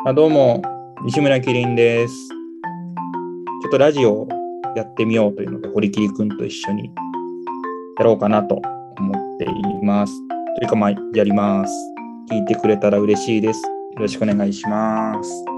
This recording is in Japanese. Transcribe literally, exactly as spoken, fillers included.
あ、どうも、西村キリンです。ちょっとラジオをやってみようというので、堀切くんと一緒にやろうかなと思っています。というか、まあ、やります。聞いてくれたら嬉しいです。よろしくお願いします。